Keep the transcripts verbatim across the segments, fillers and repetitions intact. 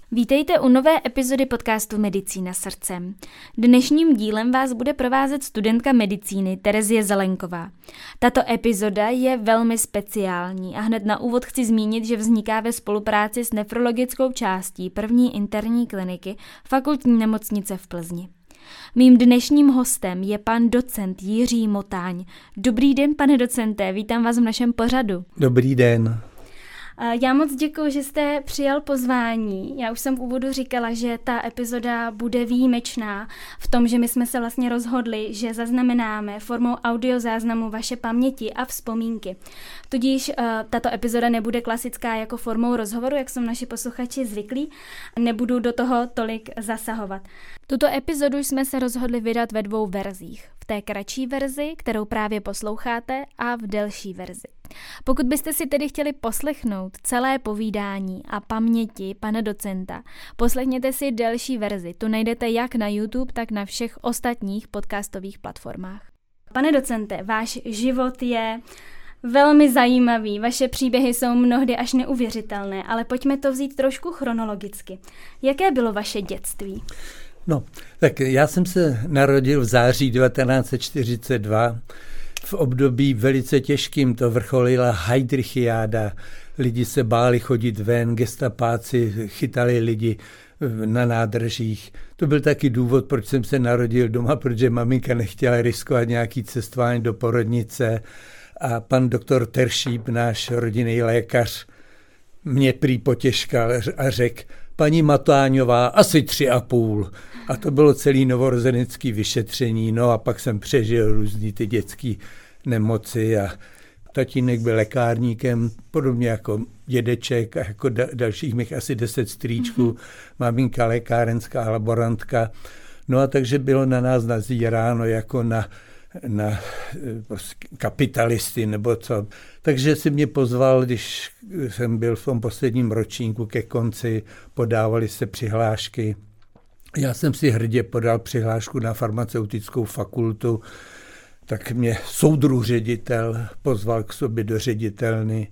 Vítejte u nové epizody podcastu Medicína srdcem. Dnešním dílem vás bude provázet studentka medicíny Terezie Zelenková. Tato epizoda je velmi speciální a hned na úvod chci zmínit, že vzniká ve spolupráci s nefrologickou částí první interní kliniky Fakultní nemocnice v Plzni. Mým dnešním hostem je pan docent Jiří Motáň. Dobrý den, pane docente, vítám vás v našem pořadu. Dobrý den. Já moc děkuji, že jste přijal pozvání. Já už jsem v úvodu říkala, že ta epizoda bude výjimečná v tom, že my jsme se vlastně rozhodli, že zaznamenáme formou audiozáznamu vaše paměti a vzpomínky. Tudíž uh, tato epizoda nebude klasická jako formou rozhovoru, jak jsou naši posluchači zvyklí. Nebudu do toho tolik zasahovat. Tuto epizodu jsme se rozhodli vydat ve dvou verzích. V té kratší verzi, kterou právě posloucháte, a v delší verzi. Pokud byste si tedy chtěli poslechnout celé povídání a paměti pana docenta, poslechněte si delší verzi. Tu najdete jak na YouTube, tak na všech ostatních podcastových platformách. Pane docente, váš život je velmi zajímavý, vaše příběhy jsou mnohdy až neuvěřitelné, ale pojďme to vzít trošku chronologicky. Jaké bylo vaše dětství? No, tak já jsem se narodil v září devatenáct set čtyřicet dva. V období velice těžkým to vrcholila heydrichiáda. Lidi se báli chodit ven, gestapáci chytali lidi na nádražích. To byl taky důvod, proč jsem se narodil doma, protože maminka nechtěla riskovat nějaký cestování do porodnice. A pan doktor Teršíp, náš rodinný lékař, mě prý potěškal a řekl: paní Matáňová, asi tři a půl. A to bylo celý novorozenecký vyšetření. No a pak jsem přežil různý ty dětské nemoci a tatínek byl lékárníkem, podobně jako dědeček a jako da- dalších mých asi deset strýčků. Mm-hmm. Maminka lékárenská laborantka. No a takže bylo na nás nazíráno jako na na prostě kapitalisty nebo co. Takže si mě pozval, když jsem byl v tom posledním ročníku ke konci, podávali se přihlášky. Já jsem si hrdě podal přihlášku na farmaceutickou fakultu, tak mě soudruh ředitel pozval k sobě do ředitelny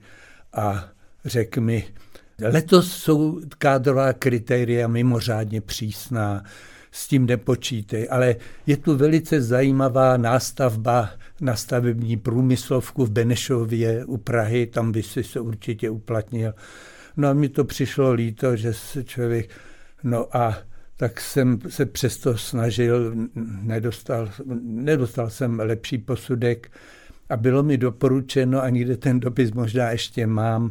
a řekl mi: letos jsou kádrová kritéria mimořádně přísná, s tím nepočítej, ale je tu velice zajímavá nástavba na stavební průmyslovku v Benešově u Prahy, tam by si se určitě uplatnil. No a mi to přišlo líto, že se člověk, no a tak jsem se přesto snažil, nedostal, nedostal jsem lepší posudek a bylo mi doporučeno, a někde ten dopis možná ještě mám,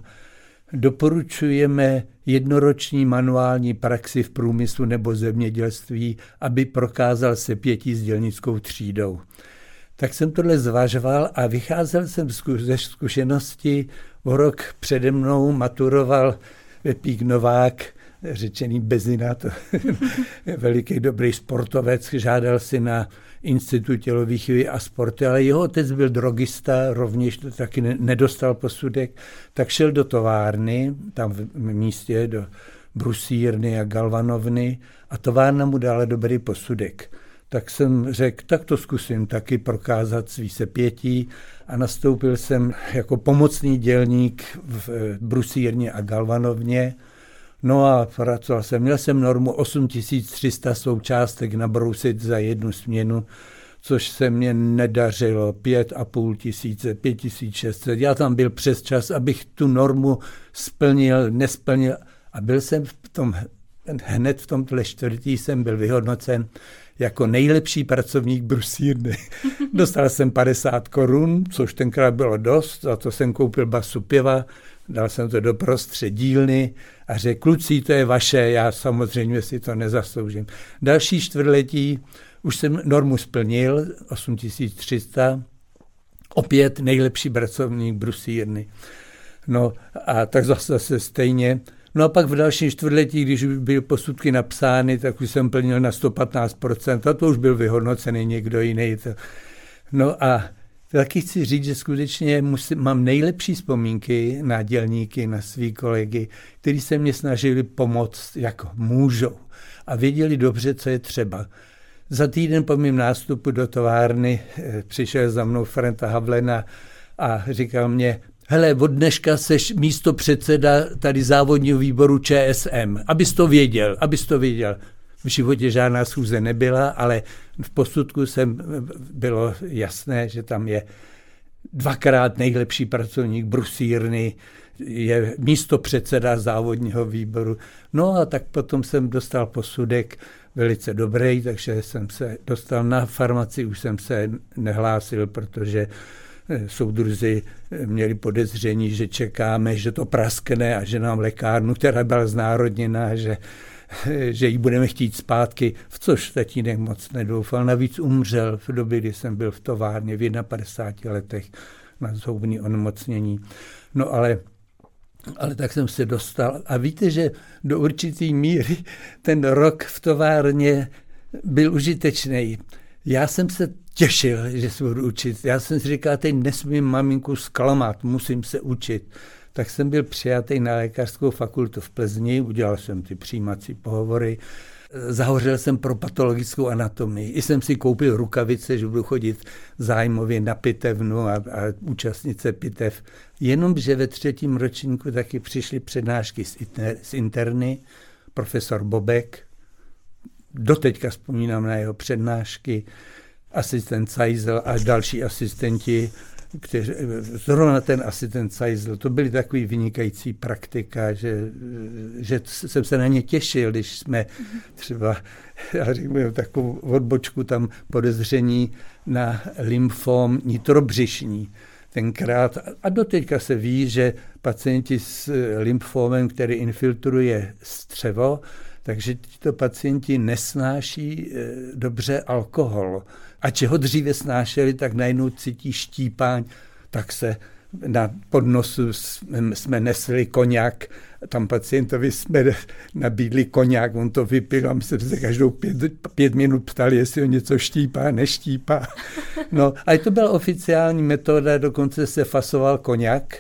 doporučujeme jednoroční manuální praxi v průmyslu nebo zemědělství, aby prokázal se pěti s dělnickou třídou. Tak jsem tohle zvažoval a vycházel jsem ze zkušenosti. O rok přede mnou maturoval Pepík Novák, řečený Bezina, to veliký dobrý sportovec, žádal si na Institut tělovýchovy a sportu, ale jeho otec byl drogista, rovněž to taky nedostal posudek, tak šel do továrny, tam v místě do brusírny a galvanovny, a továrna mu dala dobrý posudek. Tak jsem řekl, tak to zkusím taky prokázat svý sepětí, a nastoupil jsem jako pomocný dělník v brusírně a galvanovně. No a pracoval jsem, měl jsem normu osm tisíc tři sta součástek nabrousit za jednu směnu, což se mně nedařilo, pět a půl tisíce, pět tisíc šest set. Já tam byl přes čas, abych tu normu splnil, nesplnil, a byl jsem v tom, hned v tomhle čtvrtí jsem byl vyhodnocen jako nejlepší pracovník brusírny. Dostal jsem padesát korun, což tenkrát bylo dost, za to jsem koupil basu piva, dal jsem to do prostřed dílny a řekl: kluci, to je vaše, já samozřejmě si to nezasloužím. Další čtvrtletí už jsem normu splnil, osm tisíc tři sta, opět nejlepší pracovník brusírny. No a tak zase stejně. No a pak v dalším čtvrtletí, když byly posudky napsány, tak už jsem plnil na sto patnáct procent, a to už byl vyhodnocený někdo jiný. No a taky chci říct, že skutečně musím, mám nejlepší vzpomínky na dělníky, na svý kolegy, kteří se mě snažili pomoct, jako můžou, a věděli dobře, co je třeba. Za týden po mém nástupu do továrny přišel za mnou Franta Havlena a říkal mě: hele, od dneška seš místo předseda tady závodního výboru Č S M, abys to věděl, abys to věděl. V životě žádná schůze nebyla, ale v posudku jsem bylo jasné, že tam je dvakrát nejlepší pracovník brusírny, je místo předseda závodního výboru. No a tak potom jsem dostal posudek velice dobrý, takže jsem se dostal na farmaci, už jsem se nehlásil, protože soudruzi měli podezření, že čekáme, že to praskne a že nám lékárnu, která byla znárodněná, že, že ji budeme chtít zpátky, v což tatínek moc nedoufal. Navíc umřel v době, kdy jsem byl v továrně v padesáti jedné letech na zhoubné onemocnění. No ale Ale tak jsem se dostal. A víte, že do určitý míry ten rok v továrně byl užitečný. Já jsem se těšil, že se budu učit. Já jsem si říkal, teď nesmím maminku zklamat, musím se učit. Tak jsem byl přijatý na lékařskou fakultu v Plzni, udělal jsem ty přijímací pohovory, zahořel jsem pro patologickou anatomii. I jsem si koupil rukavice, že budu chodit zájmově na pitevnu a, a účastnit se pitev. Jenomže ve třetím ročníku taky přišly přednášky z, inter, z interny, profesor Bobek, doteďka vzpomínám na jeho přednášky, asistent Seisel a další asistenti, kteří, zrovna ten asistent Seisel, to byly takový vynikající praktika, že, že jsem se na ně těšil, když jsme třeba, já řeknu takovou odbočku, tam podezření na lymfóm nitrobřišní. Tenkrát, a doteďka se ví, že pacienti s lymfómem, který infiltruje střevo, takže tito pacienti nesnáší dobře alkohol. A čeho dříve snášeli, tak najednou cítí štípáň, tak se na podnosu jsme nesli koňák, tam pacientovi jsme nabídli koňák, on to vypil a my jsme se každou pět, pět minut ptali, jestli ho něco štípá, neštípá. No a to byla oficiální metoda, dokonce se fasoval koňák.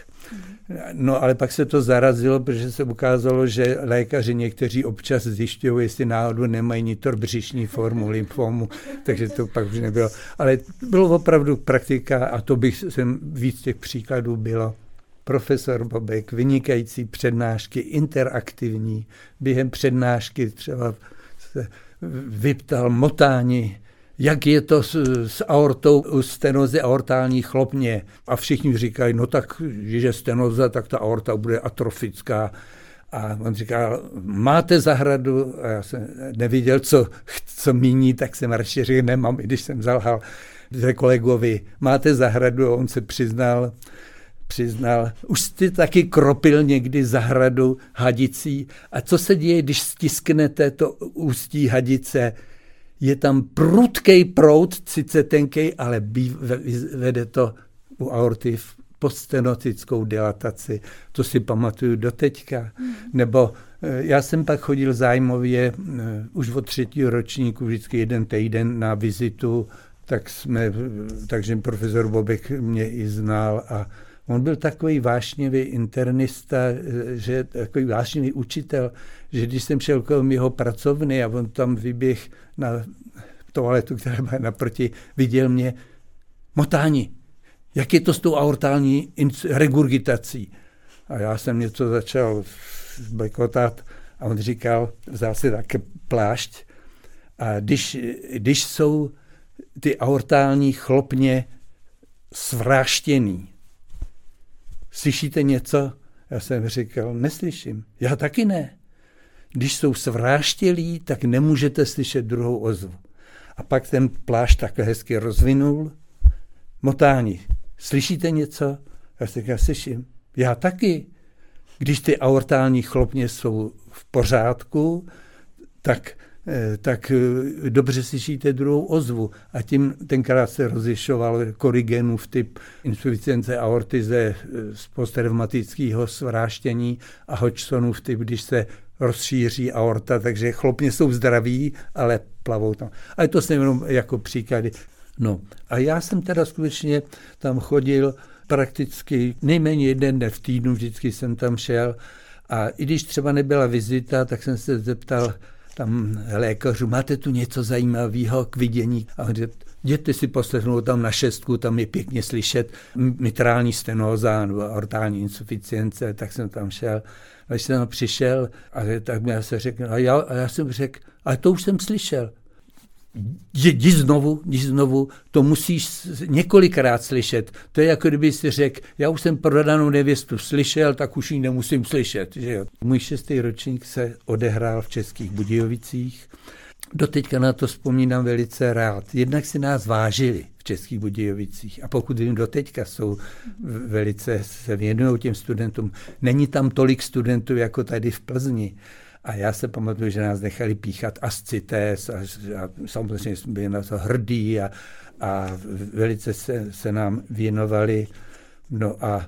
No ale pak se to zarazilo, protože se ukázalo, že lékaři někteří občas zjišťují, jestli náhodou nemají nitrobřišní formu lymfomu, takže to pak už nebylo. Ale bylo opravdu praktika a to bych jsem víc těch příkladů bylo. Profesor Bobek, vynikající přednášky, interaktivní, během přednášky třeba se vyptal motání, jak je to s, s aortou u stenozy aortální chlopně. A všichni říkají, no tak, že stenoza, tak ta aorta bude atrofická. A on říkal, máte zahradu? A já jsem neviděl, co, co míní, tak jsem radši řekl, nemám, i když jsem zalhal kolegovi, máte zahradu? A on se přiznal, přiznal, už jste taky kropil někdy zahradu hadicí. A co se děje, když stisknete to ústí hadice? Je tam prudkej proud, sice tenkej, ale vede to u aorty v poststenotickou dilataci. To si pamatuju doteďka. Mm. Nebo já jsem pak chodil zájmově už od třetího ročníku, vždycky jeden týden na vizitu, tak jsme, takže profesor Bobek mě i znal a on byl takový vášnivý internista, že takový vášnivý učitel, že když jsem šel kolem jeho pracovny a on tam vyběh na toaletu, která má naproti, viděl mě, motání, jak je to s tou aortální regurgitací. A já jsem něco začal blekotat a on říkal, vzal si také plášť a když, když jsou ty aortální chlopně svráštěný, slyšíte něco? Já jsem říkal, neslyším. Já taky ne. Když jsou svráštělí, tak nemůžete slyšet druhou ozvu. A pak ten plášť takhle hezky rozvinul. Motání. Slyšíte něco? Já jsem říkal, slyším. Já taky. Když ty aortální chlopně jsou v pořádku, tak, tak dobře slyšíte druhou ozvu. A tím tenkrát se rozlišoval Korigenův typ insuficience aorty ze z posttraumatického svráštění a Hodgsonův typ, když se rozšíří aorta, takže chlopně jsou zdraví, ale plavou tam. Ale to jsem jenom jako příklady. No a já jsem teda skutečně tam chodil prakticky nejméně jeden den v týdnu, vždycky jsem tam šel a i když třeba nebyla vizita, tak jsem se zeptal tam lékařů, máte tu něco zajímavého k vidění? A on řekl, jděte si poslechnout tam na šestku, tam je pěkně slyšet mitrální stenóza nebo aortální insuficience, tak jsem tam šel. Když jsem tam přišel, a tak mi se řekl, a já, a já jsem řekl, ale to už jsem slyšel. Jdi znovu, jdi znovu, to musíš několikrát slyšet. To je jako kdyby si řekl, já už jsem prodanou nevěstu slyšel, tak už ji nemusím slyšet. Že jo? Můj šestý ročník se odehrál v Českých Budějovicích. Doteďka na to vzpomínám velice rád. Jednak si nás vážili v Českých Budějovicích a pokud vím, doteďka jsou velice, se věnují těm studentům. Není tam tolik studentů jako tady v Plzni. A já se pamatuju, že nás nechali píchat ascites a, a samozřejmě jsme byli na to hrdí a, a velice se, se nám věnovali. No a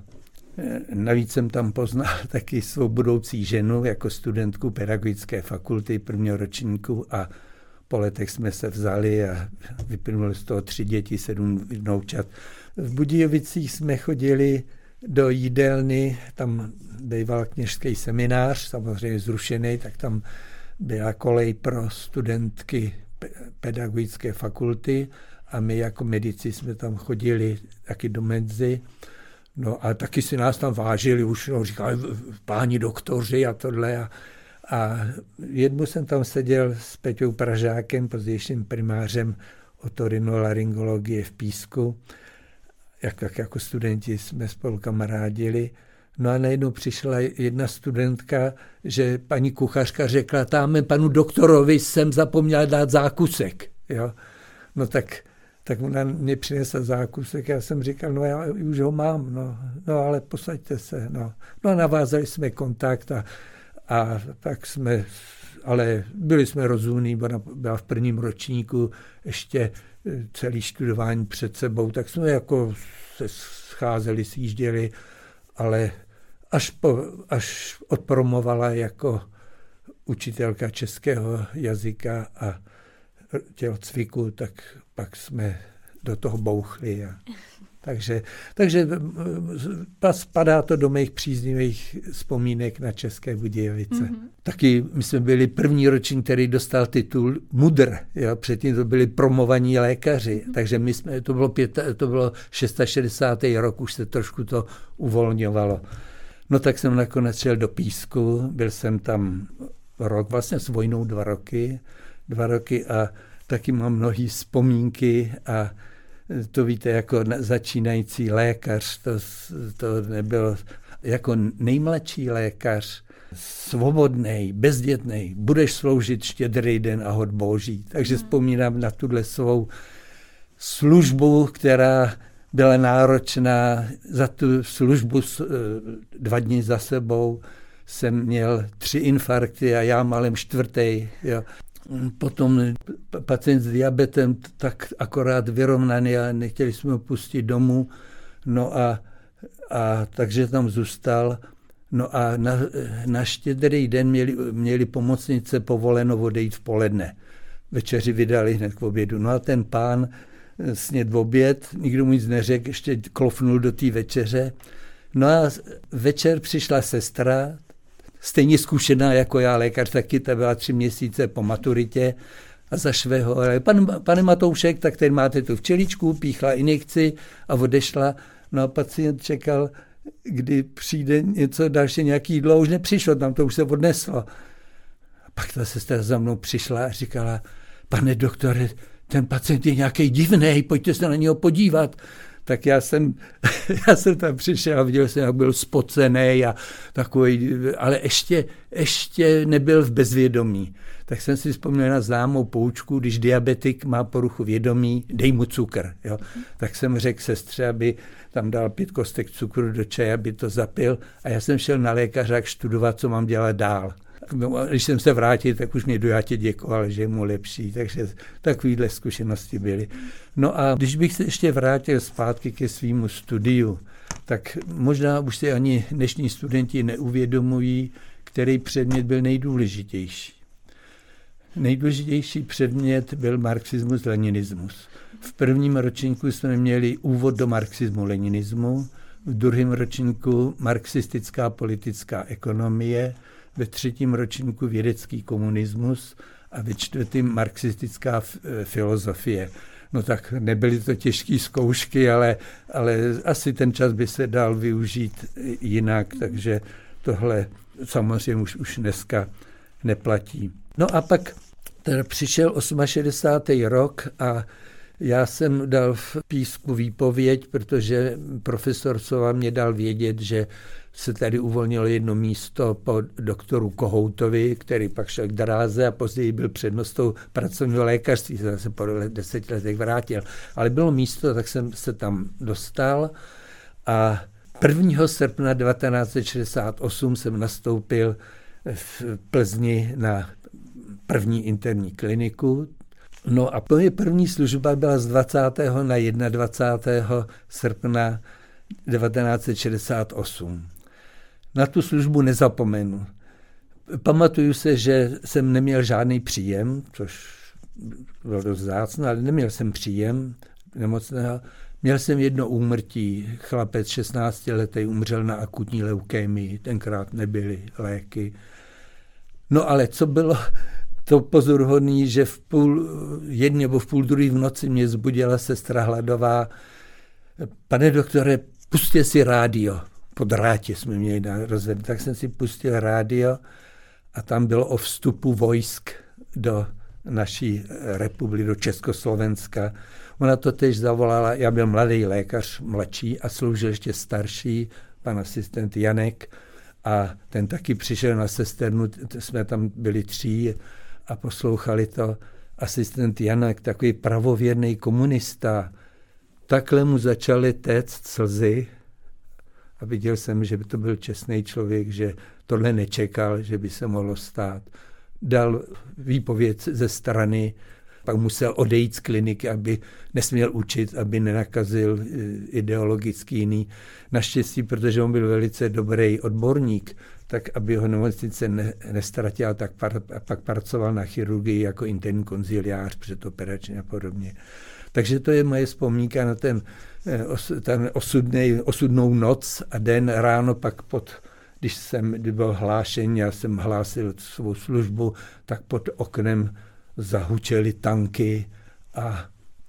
navíc jsem tam poznal taky svou budoucí ženu jako studentku pedagogické fakulty prvního ročníku a po letech jsme se vzali a vyplnuli z toho tři děti, sedm vnoučat. V Budějovicích jsme chodili do jídelny, tam býval kněžský seminář, samozřejmě zrušený, tak tam byla kolej pro studentky pedagogické fakulty a my jako medici jsme tam chodili taky do medzy. No a taky si nás tam vážili, už no, říkali páni doktoři a tohle. A, a jednou jsem tam seděl s Peťou Pražákem, pozdějším primářem otorinolaryngologie v Písku. Jak, jak jako studenti jsme spolu kamarádili. No a najednou přišla jedna studentka, že paní kuchařka řekla, tam panu doktorovi jsem zapomněla dát zákusek. Jo? No tak, tak ona mě přinesla zákusek, já jsem říkal, no já už ho mám, no, no ale posaďte se. No, no a navázali jsme kontakt a, a tak jsme, ale byli jsme rozumní, byla v prvním ročníku ještě celý studování před sebou, tak jsme jako se scházeli, sjížděli, ale až, po, až odpromovala jako učitelka českého jazyka a tělocviku, tak pak jsme do toho bouchli. A, takže, takže spadá to do mých příznivých vzpomínek na České Budějovice. Mm-hmm. Taky my jsme byli první ročník, který dostal titul mudr. Jo? Předtím to byli promovaní lékaři. Mm-hmm. Takže my jsme, to bylo, pět, to bylo šedesátý šestý rok, už se trošku to uvolňovalo. No tak jsem nakonec šel do Písku, byl jsem tam rok, vlastně s vojnou dva roky, dva roky a taky mám mnohé vzpomínky a to víte, jako začínající lékař, to, to nebylo, jako nejmladší lékař, svobodnej, bezdětnej, budeš sloužit štědrý den a hod boží. Takže hmm. vzpomínám na tuhle svou službu, která byla náročná. Za tu službu dva dny za sebou jsem měl tři infarkty a já malem čtvrtý. Jo. Potom pacient s diabetem tak akorát vyrovnaný a nechtěli jsme ho pustit domů. No a, a takže tam zůstal. No a na, na štědrý den měli, měli pomocnice povoleno odejít v poledne. Večeři vydali hned k obědu. No a ten pán snědl v oběd, nikdo mu nic neřekl, ještě klofnul do té večeře. No a večer přišla sestra, stejně zkušená jako já, lékař taky, ta byla tři měsíce po maturitě a zašve ho, ale pan, pane Matoušek, tak tady máte tu včeličku, píchla injekci a odešla. No a pacient čekal, kdy přijde něco další, nějaký jídlo, už nepřišlo, tam to už se odneslo. A pak ta sestra za mnou přišla a říkala, pane doktore, ten pacient je nějaký divnej, pojďte se na něho podívat. Tak já jsem, já jsem tam přišel a viděl jsem, jak byl spocený a takový, ale ještě, ještě nebyl v bezvědomí. Tak jsem si vzpomněl na známou poučku, když diabetik má poruchu vědomí, dej mu cukr. Jo. Tak jsem řekl sestře, aby tam dal pět kostek cukru do čaje, aby to zapil a já jsem šel na lékaře studovat, co mám dělat dál. Když jsem se vrátil, tak už mě dojatě děkoval, že je mu lepší, takže takovýhle zkušenosti byly. No a když bych se ještě vrátil zpátky ke svýmu studiu, tak možná už si ani dnešní studenti neuvědomují, který předmět byl nejdůležitější. Nejdůležitější předmět byl marxismus-leninismus. V prvním ročníku jsme měli úvod do marxismu-leninismu, v druhém ročníku marxistická politická ekonomie, ve třetím ročníku vědecký komunismus a ve čtvrtém marxistická filozofie. No tak nebyly to těžké zkoušky, ale, ale asi ten čas by se dal využít jinak, takže tohle samozřejmě už, už dneska neplatí. No a pak teda přišel šedesátý osmý rok a já jsem dal v Písku výpověď, protože profesor Sova mě dal vědět, že se tady uvolnilo jedno místo po doktoru Kohoutovi, který pak šel k dráze a později byl přednostou pracovního lékařství, se zase po deseti letech vrátil. Ale bylo místo, tak jsem se tam dostal a prvního srpna devatenáct set šedesát osm jsem nastoupil v Plzni na první interní kliniku. No a moje první služba byla z dvacátého na dvacátého prvního srpna devatenáct set šedesát osm. Na tu službu nezapomenu. Pamatuju se, že jsem neměl žádný příjem, což bylo dost vzácné, ale neměl jsem příjem nemocného. Měl jsem jedno úmrtí, chlapec šestnáctiletý umřel na akutní leukémii, tenkrát nebyly léky. No ale co bylo to pozoruhodné, že v půl jedné nebo v půl druhé v noci mě zbudila sestra Hladová. Pane doktore, pusťte si rádio. Po drátě jsme měli rozvedli. Tak jsem si pustil rádio a tam bylo o vstupu vojsk do naší republiky, do Československa. Ona to tež zavolala, já byl mladý lékař, mladší a sloužil ještě starší, pan asistent Janek a ten taky přišel na sesternu, jsme tam byli tři a poslouchali to. Asistent Janek, takový pravověrný komunista, takhle mu začaly téct slzy a viděl jsem, že by to byl čestný člověk, že tohle nečekal, že by se mohlo stát. Dal výpověď ze strany, pak musel odejít z kliniky, aby nesměl učit, aby nenakazil ideologicky jiný. Naštěstí, protože on byl velice dobrý odborník, tak aby ho nemocnice ne, nestratila, tak par, pak pracoval na chirurgii jako interní konziliář předoperačně a podobně. Takže to je moje vzpomínka na ten, ten osudnej, osudnou noc a den ráno pak pod, když jsem kdy byl hlášen, já jsem hlásil svou službu, tak pod oknem zahučely tanky a,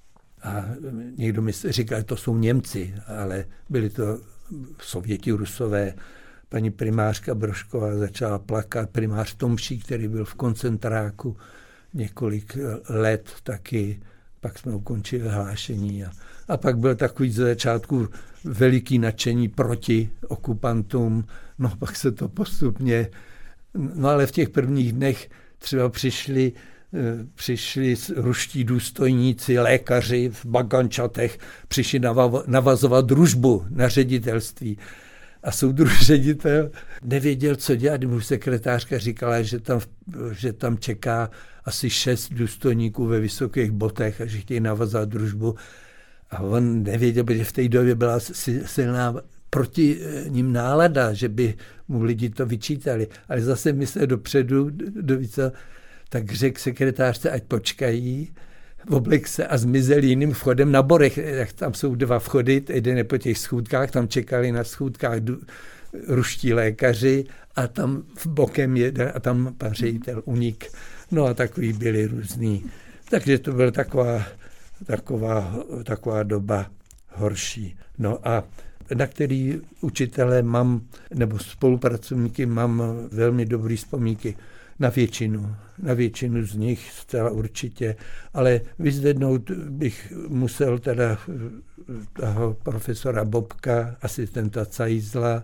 a někdo mi říkal, že to jsou Němci, ale byli to Sověti, Rusové. Paní primářka Brošková začala plakat, primář Tomší, který byl v koncentráku několik let taky, pak jsme ukončili hlášení. A, a pak byl takový ze začátku veliký nadšení proti okupantům, no pak se to postupně, no ale v těch prvních dnech třeba přišli přišli ruští důstojníci, lékaři v bagančatech, přišli navazovat družbu na ředitelství. A soudruh ředitel nevěděl, co dělat. Mu sekretářka říkala, že tam, že tam čeká asi šest důstojníků ve vysokých botech a že chtějí navazovat družbu. A on nevěděl, protože v té době byla silná proti ním nálada, že by mu lidi to vyčítali. Ale zase myslel dopředu, do více, tak řekl sekretářce, ať počkají, oblek se a zmizel jiným vchodem na Borech. Tam jsou dva vchody, jeden je po těch schůdkách, tam čekali na schůdkách ruští lékaři a tam v bokem jeden a tam pan ředitel unik. No a takový byli různý. Takže to byla taková, taková, taková doba horší. No a na který učitele mám, nebo spolupracovníky mám velmi dobrý vzpomínky. Na většinu, na většinu z nich zcela určitě, ale vyzvednout bych musel teda toho profesora Bobka, asistenta Cajzla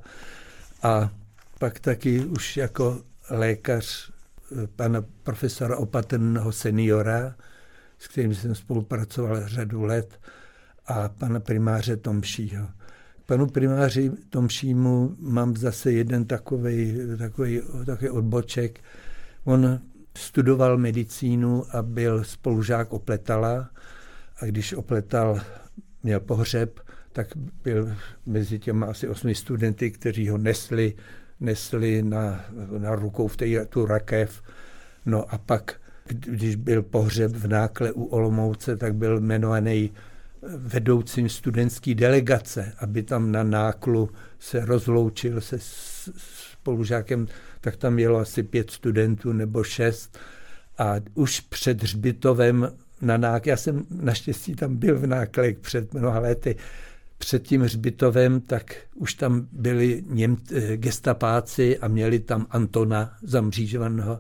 a pak taky už jako lékař pana profesora Opatrného seniora, s kterým jsem spolupracoval řadu let, a pana primáře Tomšího. Panu primáři Tomšímu mám zase jeden takovej, takovej, takový odboček. On studoval medicínu a byl spolužák Opletala a když Opletal měl pohřeb, tak byl mezi těma asi osmi studenty, kteří ho nesli, nesli na, na rukou v té, tu rakev. No a pak, když byl pohřeb v Nákle u Olomouce, tak byl jmenovaný vedoucím studentské delegace, aby tam na Náklu se rozloučil se spolužákem, tak tam jelo asi pět studentů nebo šest a už před hřbitovem na náklek. Já jsem naštěstí tam byl v náklek před mnoha lety. Před tím hřbitovem, tak už tam byli Něm, gestapáci a měli tam Antona zamřížovaného.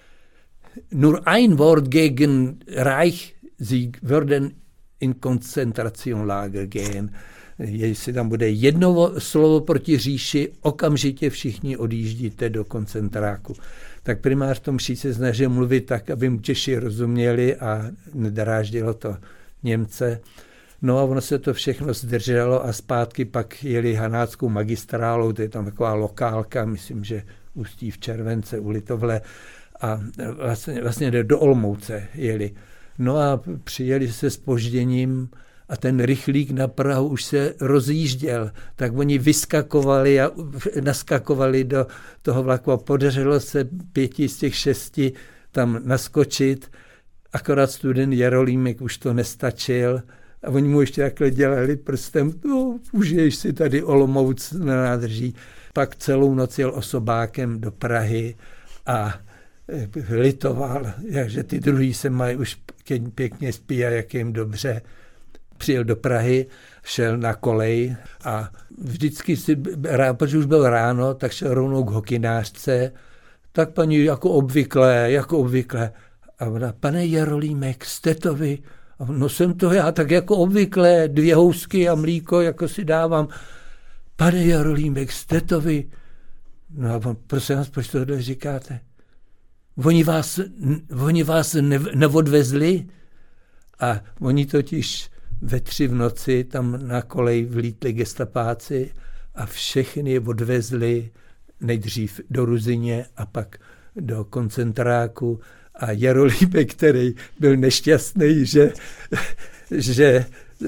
Nur ein Wort gegen Reich, sie würden in Konzentrationlager gehen. Jestli tam bude jedno slovo proti říši, okamžitě všichni odjíždíte do koncentráku. Tak primář tom mší se snažil mluvit tak, aby mu Češi rozuměli a nedráždilo to Němce. No a ono se to všechno zdrželo a zpátky pak jeli hanáckou magistrálou, to je tam taková lokálka, myslím, že Ústí v Července u Litovle a vlastně, vlastně do Olomouce jeli. No a přijeli se zpožděním a ten rychlík na Prahu už se rozjížděl, tak oni vyskakovali a naskakovali do toho vlaku a podařilo se pěti z těch šesti tam naskočit, akorát student Jarolímek už to nestačil a oni mu ještě takhle dělali prstem, no, užiješ si tady Olomouc na nádrží. Pak celou noc jel osobákem do Prahy a litoval, že ty druhý se mají už pěkně spí a jak jim dobře. Přijel do Prahy, šel na kolej a vždycky si, protože už byl ráno, tak šel rovnou k hokynářce, tak paní jako obvykle, jako obvykle. A ona, pane Jarolímek, jste to vy? A no jsem to já, tak jako obvykle, dvě housky a mlíko, jako si dávám. Pane Jarolímek, jste to vy? No a on, prosím vás, proč tohle říkáte? Oni vás, oni vás ne, neodvezli? A oni totiž ve tři v noci tam na kolej vlítli gestapáci a všechny je odvezli nejdřív do Ruzyně a pak do koncentráku. A Jarolímek, který byl nešťastný, že, že,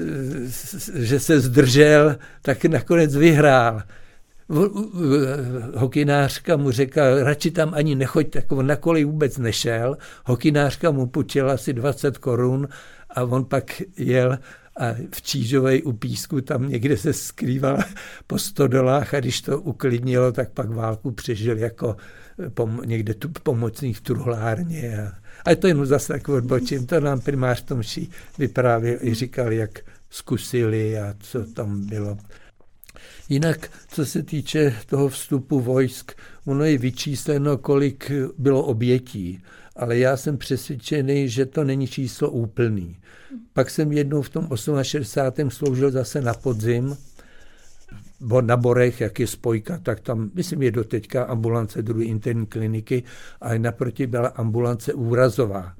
že se zdržel, tak nakonec vyhrál. Hokynářka mu řekla, radši tam ani nechoď, tak on na kolej vůbec nešel. Hokynářka mu půjčila asi dvacet korun a on pak jel a v Čížovej u Písku tam někde se skrýval po stodolách a když to uklidnilo, tak pak válku přežil jako pom- někde tu pomocných v truhlárně. A, a to jenom zase tak odbočím, to nám primář Tomší vyprávěl i říkal, jak zkusili a co tam bylo. Jinak, co se týče toho vstupu vojsk, ono je vyčísleno, kolik bylo obětí, ale já jsem přesvědčený, že to není číslo úplný. Pak jsem jednou v tom šedesátém osmém sloužil zase na podzim, na Borech, jak je spojka, tak tam, myslím, je doteďka ambulance druhé interní kliniky, ale naproti byla ambulance úrazová.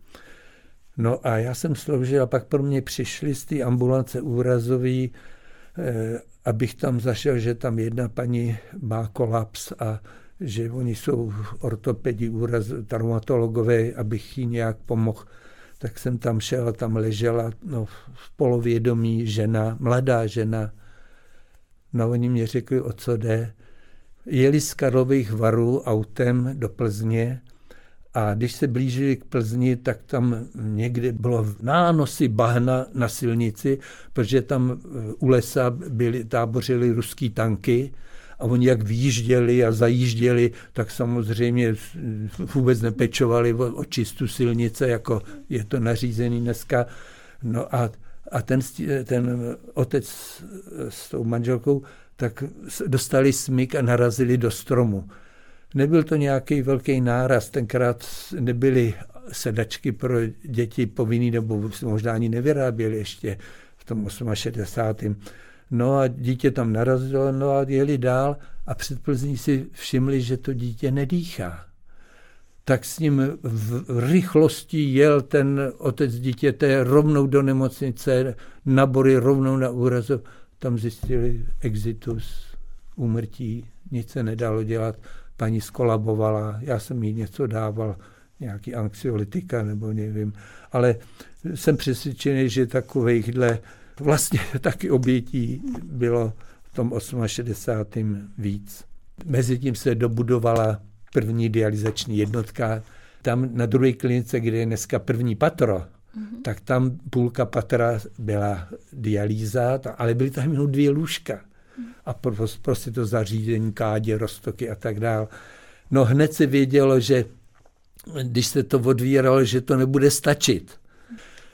No a já jsem sloužil a pak pro mě přišli z té ambulance úrazový, eh, abych tam zašel, že tam jedna paní má kolaps a že oni jsou ortopedi, úraz, traumatologové, abych jí nějak pomohl. Tak jsem tam šel a tam ležela no, v polovědomí žena, mladá žena. No oni mě řekli, o co jde. Jeli z Karlových Varů autem do Plzně a když se blížili k Plzni, tak tam někde bylo nánosy bahna na silnici, protože tam u lesa byly, tábořily ruský tanky a oni jak vyjížděli a zajížděli, tak samozřejmě vůbec nepečovali o, o čistu silnice, jako je to nařízený dneska. No a, a ten, ten otec s tou manželkou, tak dostali smyk a narazili do stromu. Nebyl to nějaký velký náraz, tenkrát nebyly sedačky pro děti povinný, nebo možná ani nevyráběli ještě v tom šedesátém osmém No a dítě tam narazilo, no a jeli dál a před Plzní si všimli, že to dítě nedýchá. Tak s ním v rychlosti jel ten otec dítěte rovnou do nemocnice, na Bory rovnou na úrazov. Tam zjistili exitus, úmrtí, nic se nedalo dělat. Paní skolabovala, já jsem jí něco dával, nějaký anxiolytika nebo nevím, ale jsem přesvědčený, že takovejhle vlastně taky obětí bylo v tom šedesátém osmém víc. Mezitím se dobudovala první dialyzační jednotka. Tam na druhé klinice, kde je dneska první patro, mm-hmm. tak tam půlka patra byla dialýza, ale byly tam jenom dvě lůžka. A prostě to zařízení, kádě, roztoky a tak dále. No hned se vědělo, že když se to odvíralo, že to nebude stačit.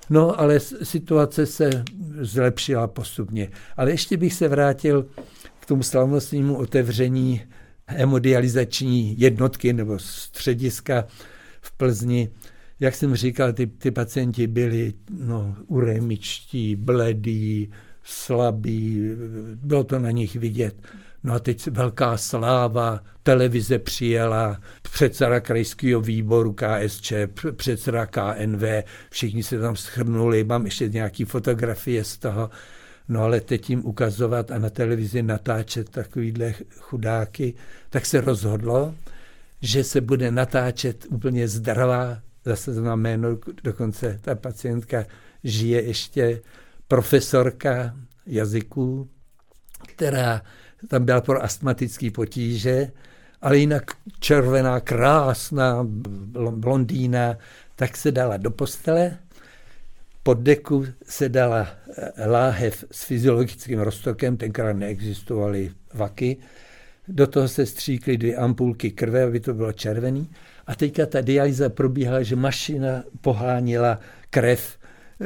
No, ale situace se zlepšila postupně. Ale ještě bych se vrátil k tomu slavnostnímu otevření hemodializační jednotky nebo střediska v Plzni. Jak jsem říkal, ty, ty pacienti byli no, uremičtí, bledí, slabí, bylo to na nich vidět. No a teď velká sláva, televize přijela, předseda krajského výboru K S Č, předseda K N V, všichni se tam shrnuli, mám ještě nějaké fotografie z toho, no ale teď jim ukazovat a na televizi natáčet takovýhle chudáky, tak se rozhodlo, že se bude natáčet úplně zdravá, zase znám jméno, dokonce ta pacientka žije ještě, profesorka jazyků, která tam byla pro astmatické potíže, ale jinak červená, krásná blondýna, tak se dala do postele, pod deku se dala láhev s fyziologickým roztokem, tenkrát neexistovaly vaky, do toho se stříkly dvě ampulky krve, aby to bylo červený. A teďka ta dialýza probíhala, že mašina pohánila krev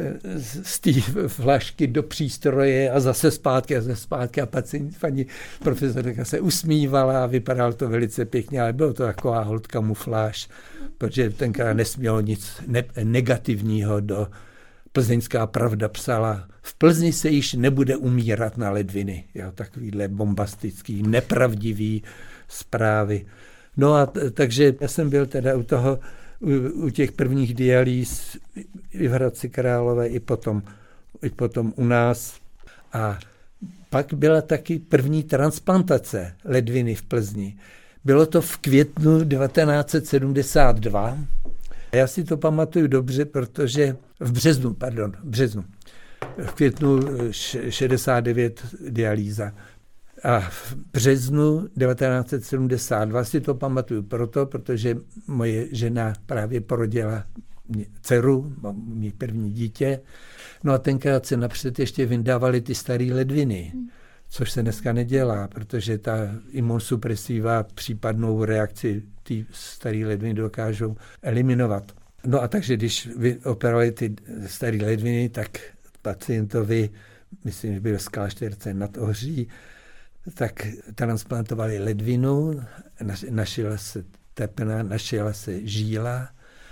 z té flašky do přístroje a zase zpátky a zase zpátky a pacient, paní profesorka se usmívala a vypadalo to velice pěkně, ale bylo to taková hold kamufláž, protože tenkrát nesmělo nic ne- negativního do Plzeňská pravda psala, v Plzni se již nebude umírat na ledviny. Jo, takovýhle bombastický, nepravdivý zprávy. No a t- takže já jsem byl teda u toho, u, u těch prvních dialýz i v Hradci Králové, i potom, i potom u nás. A pak byla taky první transplantace ledviny v Plzni. Bylo to v květnu devatenáct set sedmdesát dva. Já si to pamatuju dobře, protože v březnu, pardon, v březnu, v květnu šedesát devět dialýza. A v březnu devatenáct set sedmdesát dva si to pamatuju proto, protože moje žena právě porodila dceru, mý první dítě. No a tenkrát se napřed ještě vyndávaly ty staré ledviny, což se dneska nedělá, protože ta imunsupresiva případnou reakci té staré ledviny dokážou eliminovat. No a takže když operovali ty staré ledviny, tak pacientovi, myslím, že byl z Klášterce nad Ohří, tak transplantovali ledvinu, našila se tepna, našila se žíla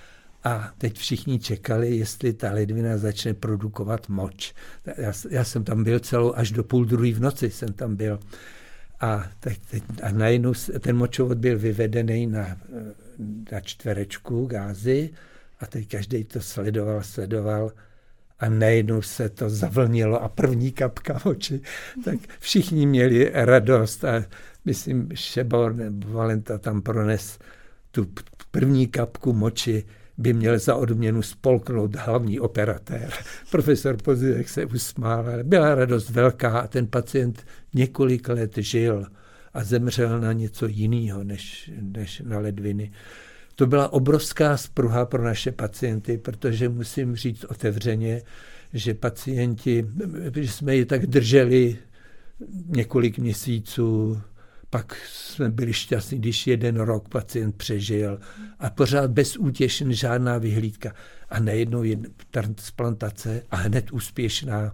a teď všichni čekali, jestli ta ledvina začne produkovat moč. Já, já jsem tam byl celou, až do půl druhé v noci jsem tam byl. A, teď, teď, a najednou ten močovod byl vyvedený na, na čtverečku gázy a teď každý to sledoval, sledoval a najednou se to zavlnilo a první kapka moči. Tak všichni měli radost a myslím, Šebor nebo Valenta tam prones tu první kapku moči, by měl za odměnu spolknout hlavní operatér. Profesor Pozivek se usmál, ale byla radost velká a ten pacient několik let žil a zemřel na něco jiného než, než na ledviny. To byla obrovská spruha pro naše pacienty, protože musím říct otevřeně, že pacienti, že jsme je tak drželi několik měsíců, pak jsme byli šťastní, když jeden rok pacient přežil a pořád bezútěšen, žádná vyhlídka. A najednou jedna transplantace a hned úspěšná.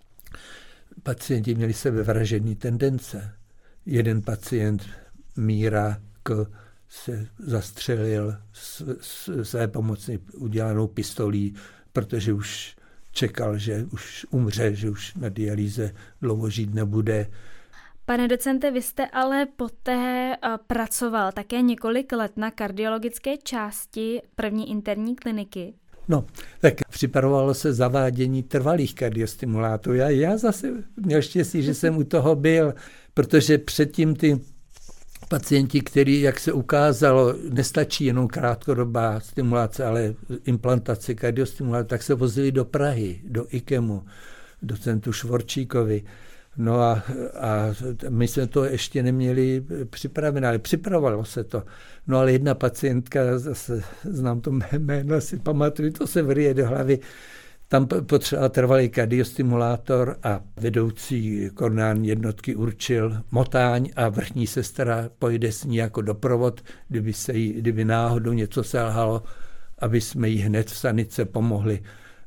Pacienti měli sebevražedné tendence. Jeden pacient, Míra K., se zastřelil s, s, své pomocně udělanou pistolí, protože už čekal, že už umře, že už na dialýze dlouho žít nebude. Pane docente, vy jste ale poté pracoval také několik let na kardiologické části první interní kliniky. No, tak připravovalo se zavádění trvalých kardiostimulátorů. Já, já zase měl štěstí, že jsem u toho byl, protože předtím ty pacienti, který, jak se ukázalo, nestačí jenom krátkodobá stimulace, ale implantace kardiostimulátorů, tak se vozili do Prahy, do IKEMu, docentu Švorčíkovi. No a, a my jsme to ještě neměli připravené, ale připravovalo se to. No ale jedna pacientka, zase znám to jméno, si pamatuju, to se vrije do hlavy, tam potřeboval trvalý kardiostimulátor a vedoucí koronární jednotky určil motáň a vrchní sestra pojede s ní jako doprovod, kdyby, se jí, kdyby náhodou něco selhalo, aby jsme jí hned v sanice pomohli.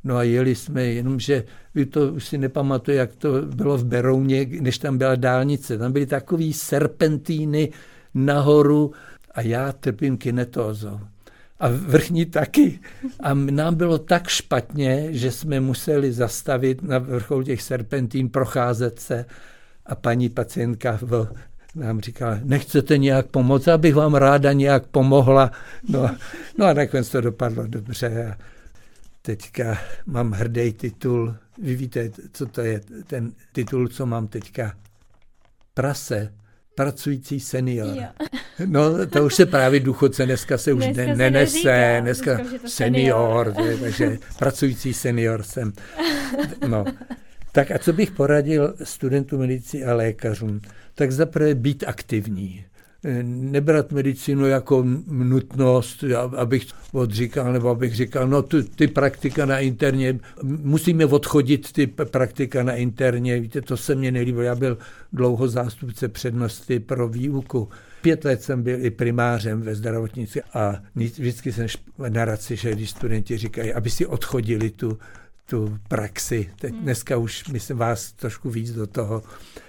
No a jeli jsme, jenomže vy to už si nepamatuju, jak to bylo v Berouně, než tam byla dálnice. Tam byly takový serpentíny nahoru a já trpím kinetózou. A vrchní taky. A nám bylo tak špatně, že jsme museli zastavit na vrcholu těch serpentín, procházet se. A paní pacientka v, nám říkala, nechcete nějak pomoct, abych vám ráda nějak pomohla. No, no a nakonec to dopadlo dobře. A teďka mám hrdý titul. Vy víte, co to je ten titul, co mám teďka? Prase. Pracující senior. Jo. No, to už se právě důchodce dneska se už dneska ne, nenese, neříká, dneska, dneska senior, senior. takže pracující senior jsem. No. Tak a co bych poradil studentům medicíny a lékařům? Tak zaprvé být aktivní. Nebrat medicínu jako nutnost, abych odříkal, nebo abych říkal, no ty, ty praktika na interně, musíme odchodit ty praktika na interně, víte, to se mně nelíbilo, já byl dlouho zástupce přednosti pro výuku. Pět let jsem byl i primářem ve zdravotnictví a vždycky jsem na radci, že když studenti říkají, aby si odchodili tu, tu praxi. Teď dneska už, myslím, vás trošku víc do toho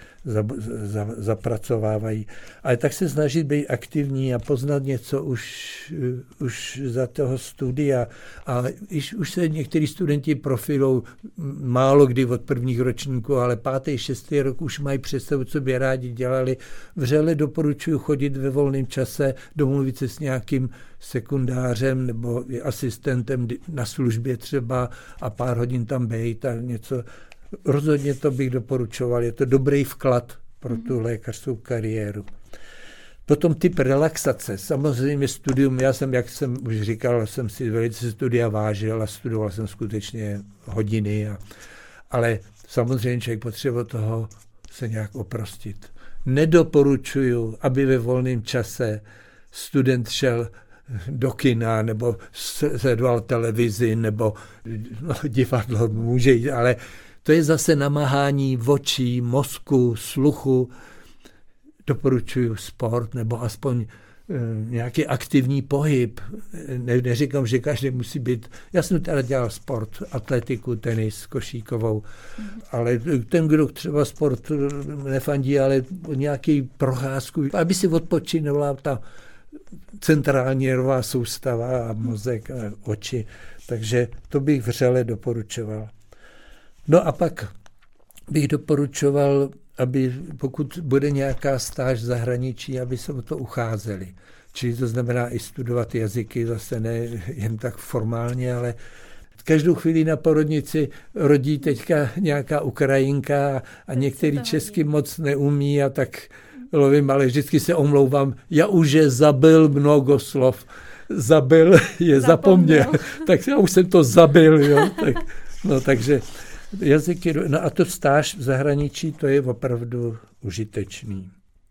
zapracovávají. Ale tak se snažit být aktivní a poznat něco už, už za toho studia. A už, už se některý studenti profilou málo kdy od prvních ročníků, ale pátý, šestý rok už mají představu, co by rádi dělali. Vřele doporučuji chodit ve volném čase, domluvit se s nějakým sekundářem nebo asistentem na službě třeba a pár hodin tam být a něco. Rozhodně to bych doporučoval, je to dobrý vklad pro tu lékařskou kariéru. Potom typ relaxace, samozřejmě studium, já jsem, jak jsem už říkal, jsem si velice studia vážil a studoval jsem skutečně hodiny, a, ale samozřejmě člověk potřebuje toho se nějak oprostit. Nedoporučuju, aby ve volném čase student šel do kina, nebo sledoval televizi, nebo no, divadlo může jít, ale to je zase namáhání očí, mozku, sluchu. Doporučuji sport nebo aspoň e, nějaký aktivní pohyb. Ne, neříkám, že každý musí být. Já jsem teda dělal sport, atletiku, tenis, košíkovou, ale ten, kdo třeba sport nefandí, ale nějaký procházku, aby si odpočinovala ta centrální nervová soustava a mozek a oči. Takže to bych vřele doporučoval. No a pak bych doporučoval, aby pokud bude nějaká stáž v zahraničí, aby se o to ucházeli. Čili to znamená i studovat jazyky, zase ne jen tak formálně, ale každou chvíli na porodnici rodí teďka nějaká Ukrajinka a některý česky moc neumí a tak lovím, ale vždycky se omlouvám, já už je zabil mnoho slov. Zabil je zapomněl. zapomněl. Tak já už jsem to zabil, jo. Tak, no takže jazyky, no a to stáž v zahraničí, to je opravdu užitečný.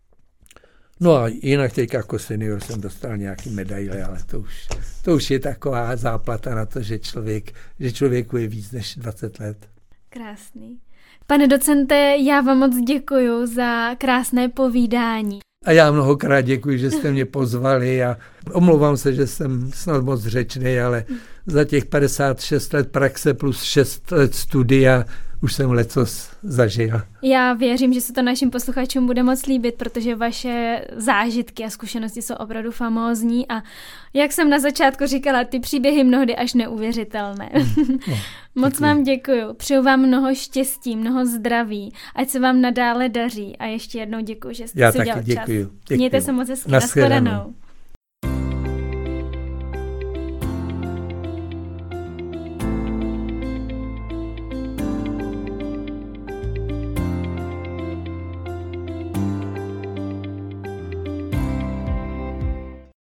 No a jinak teď jako senior jsem dostal nějaký medaile, ale to už, to už je taková záplata na to, že, člověk, že člověku je víc než dvacet let. Krásný. Pane docente, já vám moc děkuju za krásné povídání. A já mnohokrát děkuji, že jste mě pozvali a omlouvám se, že jsem snad moc řečný, ale za těch padesát šest let praxe plus šest let studia už jsem lecos zažil. Já věřím, že se to našim posluchačům bude moc líbit, protože vaše zážitky a zkušenosti jsou opravdu famózní a jak jsem na začátku říkala, ty příběhy mnohdy až neuvěřitelné. No, moc vám děkuju. Přeju vám mnoho štěstí, mnoho zdraví, ať se vám nadále daří a ještě jednou děkuji, že jste Já si udělal čas. Já taky děkuju. Mějte se moc hezky. Nashledanou.